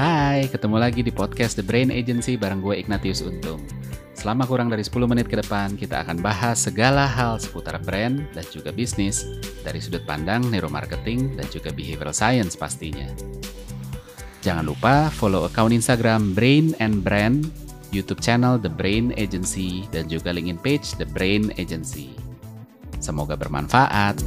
Hai, ketemu lagi di podcast The Brain Agency bareng gue Ignatius Untung. Selama kurang dari 10 menit ke depan, kita akan bahas segala hal seputar brand dan juga bisnis dari sudut pandang neuromarketing dan juga behavioral science pastinya. Jangan lupa follow account Instagram Brain and Brand, YouTube channel The Brain Agency, dan juga LinkedIn page The Brain Agency. Semoga bermanfaat.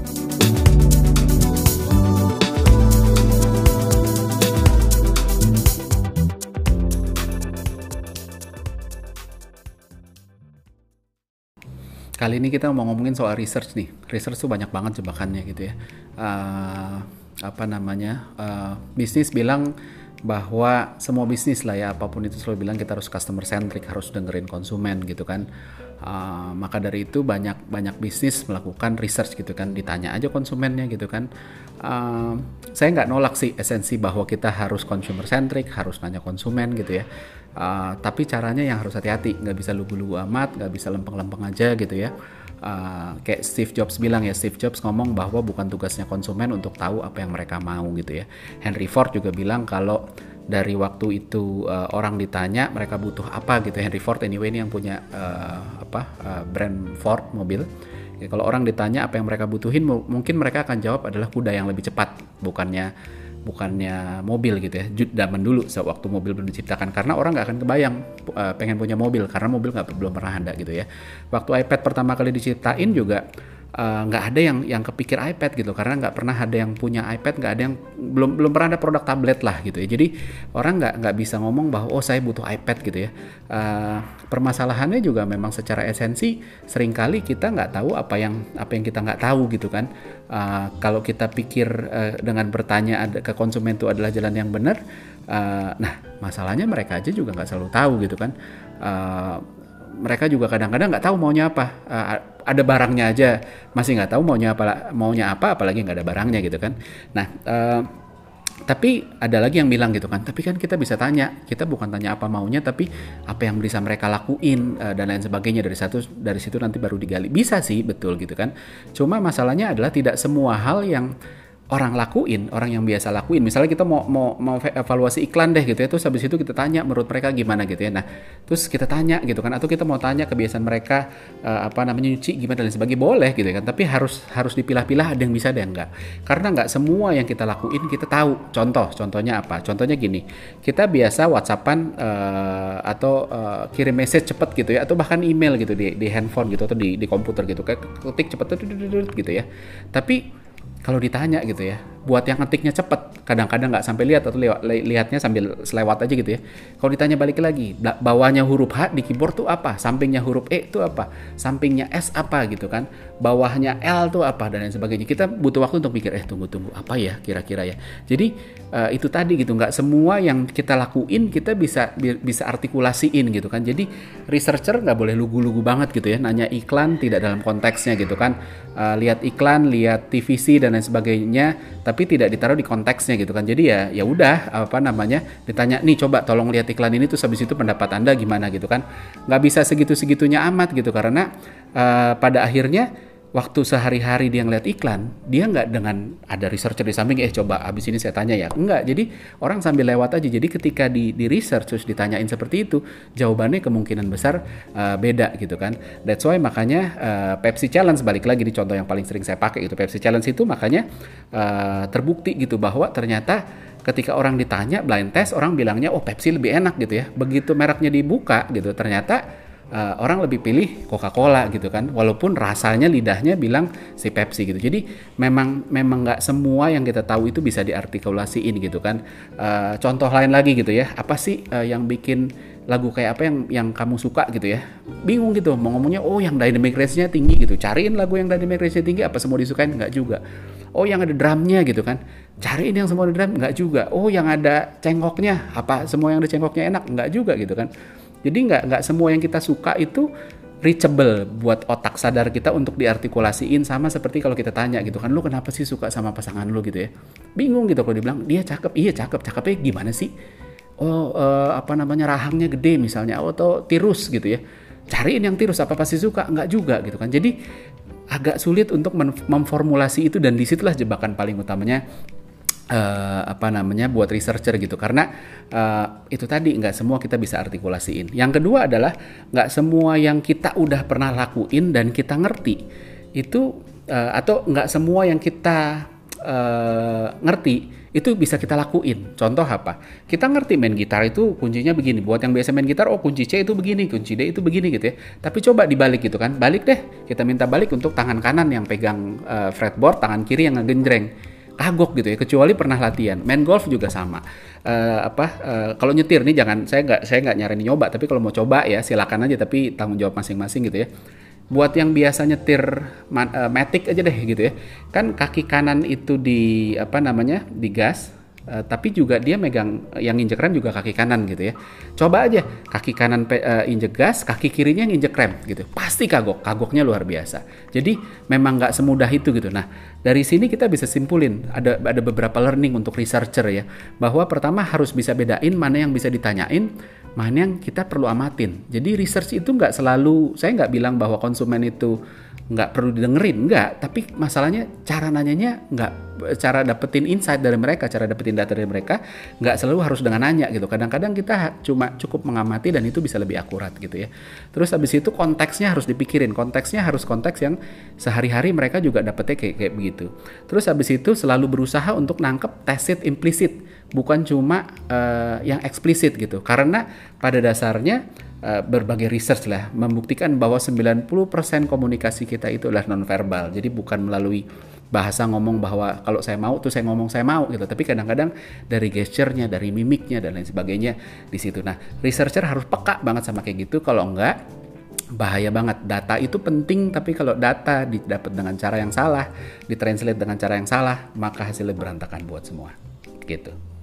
Kali ini kita mau ngomongin soal research nih. Research tuh banyak banget jebakannya gitu ya. Bisnis bilang bahwa semua bisnis lah ya, apapun itu selalu bilang kita harus customer centric, harus dengerin konsumen gitu kan. Maka dari itu banyak bisnis melakukan research gitu kan, ditanya aja konsumennya gitu kan. Saya nggak nolak sih esensi bahwa kita harus consumer centric, harus nanya konsumen gitu ya. Tapi caranya yang harus hati-hati, nggak bisa lugu-lugu amat, nggak bisa lempeng-lempeng aja gitu ya. Kayak Steve Jobs bilang ya, Steve Jobs ngomong bahwa bukan tugasnya konsumen untuk tahu apa yang mereka mau gitu ya. Henry Ford juga bilang kalau dari waktu itu orang ditanya mereka butuh apa gitu. Henry Ford anyway ini yang punya brand Ford mobil. Ya, kalau orang ditanya apa yang mereka butuhin, mungkin mereka akan jawab adalah kuda yang lebih cepat, bukannya mobil gitu ya. Zaman dulu sewaktu mobil belum diciptakan, karena orang nggak akan kebayang pengen punya mobil karena mobil belum pernah ada gitu ya. Waktu iPad pertama kali diciptain juga nggak ada yang kepikir iPad gitu, karena nggak pernah ada yang punya iPad, nggak ada yang belum pernah ada produk tablet lah gitu ya. Jadi orang nggak bisa ngomong bahwa saya butuh iPad gitu ya. Permasalahannya juga memang secara esensi seringkali kita nggak tahu apa yang kita nggak tahu gitu kan. Kalau kita pikir dengan bertanya ke konsumen itu adalah jalan yang benar, nah masalahnya mereka aja juga nggak selalu tahu gitu kan. Mereka juga kadang-kadang nggak tahu maunya apa. Ada barangnya aja masih nggak tahu maunya apa, apalagi nggak ada barangnya gitu kan. Nah, tapi ada lagi yang bilang gitu kan, tapi kan kita bisa tanya, kita bukan tanya apa maunya, tapi apa yang bisa mereka lakuin dan lain sebagainya. Dari situ nanti baru digali. Bisa sih, betul gitu kan. Cuma masalahnya adalah tidak semua hal yang orang yang biasa lakuin. Misalnya kita mau evaluasi iklan deh gitu ya, terus habis itu kita tanya menurut mereka gimana gitu ya. Nah, terus kita tanya gitu kan, atau kita mau tanya kebiasaan mereka nyuci gimana dan sebagainya, boleh gitu kan. Tapi harus dipilah-pilah, ada yang bisa, ada yang enggak. Karena enggak semua yang kita lakuin kita tahu. Contohnya apa? Contohnya gini, kita biasa WhatsAppan atau kirim message cepet gitu ya, atau bahkan email gitu di handphone gitu atau di komputer gitu, kayak ketik cepet gitu ya. Tapi kalau ditanya gitu ya, buat yang ngetiknya cepet, kadang-kadang nggak sampai lihat atau lihatnya sambil selewat aja gitu ya. Kalau ditanya balik lagi, bawahnya huruf H di keyboard tuh apa? Sampingnya huruf E tuh apa? Sampingnya S apa gitu kan? Bawahnya L tuh apa? Dan lain sebagainya. Kita butuh waktu untuk mikir, tunggu apa ya kira-kira ya. Jadi itu tadi gitu, nggak semua yang kita lakuin kita bisa artikulasiin gitu kan. Jadi researcher nggak boleh lugu-lugu banget gitu ya. Nanya iklan tidak dalam konteksnya gitu kan. Lihat iklan, lihat TVC dan lain sebagainya, tapi tidak ditaruh di konteksnya gitu kan. Jadi ya udah ditanya nih, coba tolong lihat iklan ini, terus habis itu pendapat Anda gimana gitu kan. Nggak bisa segitunya amat gitu, karena pada akhirnya waktu sehari-hari dia ngeliat iklan, dia nggak dengan ada researcher di samping, coba abis ini saya tanya ya. Enggak, jadi orang sambil lewat aja. Jadi ketika di research terus ditanyain seperti itu, jawabannya kemungkinan besar beda gitu kan. That's why makanya Pepsi Challenge, balik lagi di contoh yang paling sering saya pakai itu, Pepsi Challenge itu makanya terbukti gitu bahwa ternyata ketika orang ditanya blind test, orang bilangnya Pepsi lebih enak gitu ya. Begitu mereknya dibuka gitu, ternyata orang lebih pilih Coca-Cola gitu kan, walaupun rasanya lidahnya bilang si Pepsi gitu. Jadi memang nggak semua yang kita tahu itu bisa diartikulasiin gitu kan. Contoh lain lagi gitu ya, apa sih yang bikin lagu kayak apa yang kamu suka gitu ya? Bingung gitu mau ngomongnya, yang dynamic range-nya tinggi gitu, cariin lagu yang dynamic range-nya tinggi. Apa semua disukain? Nggak juga. Yang ada drumnya gitu kan, cariin yang semua ada drum. Nggak juga. Yang ada cengkoknya, apa semua yang ada cengkoknya enak? Nggak juga gitu kan. Jadi nggak semua yang kita suka itu reachable buat otak sadar kita untuk diartikulasiin. Sama seperti kalau kita tanya gitu kan, lu kenapa sih suka sama pasangan lu gitu ya? Bingung gitu kalau dibilang dia cakep, iya cakepnya gimana sih? Rahangnya gede misalnya, atau tirus gitu ya. Cariin yang tirus, apa pasti suka? Enggak juga gitu kan. Jadi agak sulit untuk memformulasi itu, dan disitulah jebakan paling utamanya apa namanya, buat researcher gitu, karena itu tadi nggak semua kita bisa artikulasiin. Yang kedua adalah nggak semua yang kita udah pernah lakuin dan kita ngerti itu atau nggak semua yang kita ngerti itu bisa kita lakuin. Contoh apa? Kita ngerti main gitar itu kuncinya begini. Buat yang biasa main gitar, oh kunci C itu begini, kunci D itu begini gitu ya. Tapi coba dibalik gitu kan. Balik deh. Kita minta balik untuk tangan kanan yang pegang fretboard, tangan kiri yang ngegenjreng. Kagok gitu ya. Kecuali pernah latihan. Main golf juga sama. Kalau nyetir nih jangan, saya nggak nyaranin nyoba. Tapi kalau mau coba ya silakan aja. Tapi tanggung jawab masing-masing gitu ya. Buat yang biasa nyetir matic aja deh gitu ya, kan kaki kanan itu di di gas, tapi juga dia megang yang injek rem juga kaki kanan gitu ya. Coba aja kaki kanan injek gas, kaki kirinya yang injek rem gitu, pasti kagoknya luar biasa. Jadi memang nggak semudah itu gitu. Nah dari sini kita bisa simpulin ada beberapa learning untuk researcher ya, bahwa pertama harus bisa bedain mana yang bisa ditanyain, mana yang kita perlu amatin. Jadi research itu nggak selalu, saya nggak bilang bahwa konsumen itu nggak perlu didengerin, nggak. Tapi masalahnya cara nanyanya nggak, cara dapetin insight dari mereka, cara dapetin data dari mereka nggak selalu harus dengan nanya gitu. Kadang-kadang kita cuma cukup mengamati dan itu bisa lebih akurat gitu ya. Terus habis itu konteksnya harus dipikirin, konteksnya harus konteks yang sehari-hari mereka juga dapetnya kayak begitu. Terus habis itu selalu berusaha untuk nangkep tacit implicit, bukan cuma yang eksplisit gitu. Karena pada dasarnya berbagai research lah membuktikan bahwa 90% komunikasi kita itu adalah nonverbal. Jadi bukan melalui bahasa ngomong bahwa kalau saya mau tuh saya ngomong saya mau gitu. Tapi kadang-kadang dari gesturnya, dari mimiknya dan lain sebagainya di situ. Nah, researcher harus peka banget sama kayak gitu. Kalau enggak bahaya banget. Data itu penting, tapi kalau data didapat dengan cara yang salah, ditranslate dengan cara yang salah, maka hasilnya berantakan buat semua. Gitu.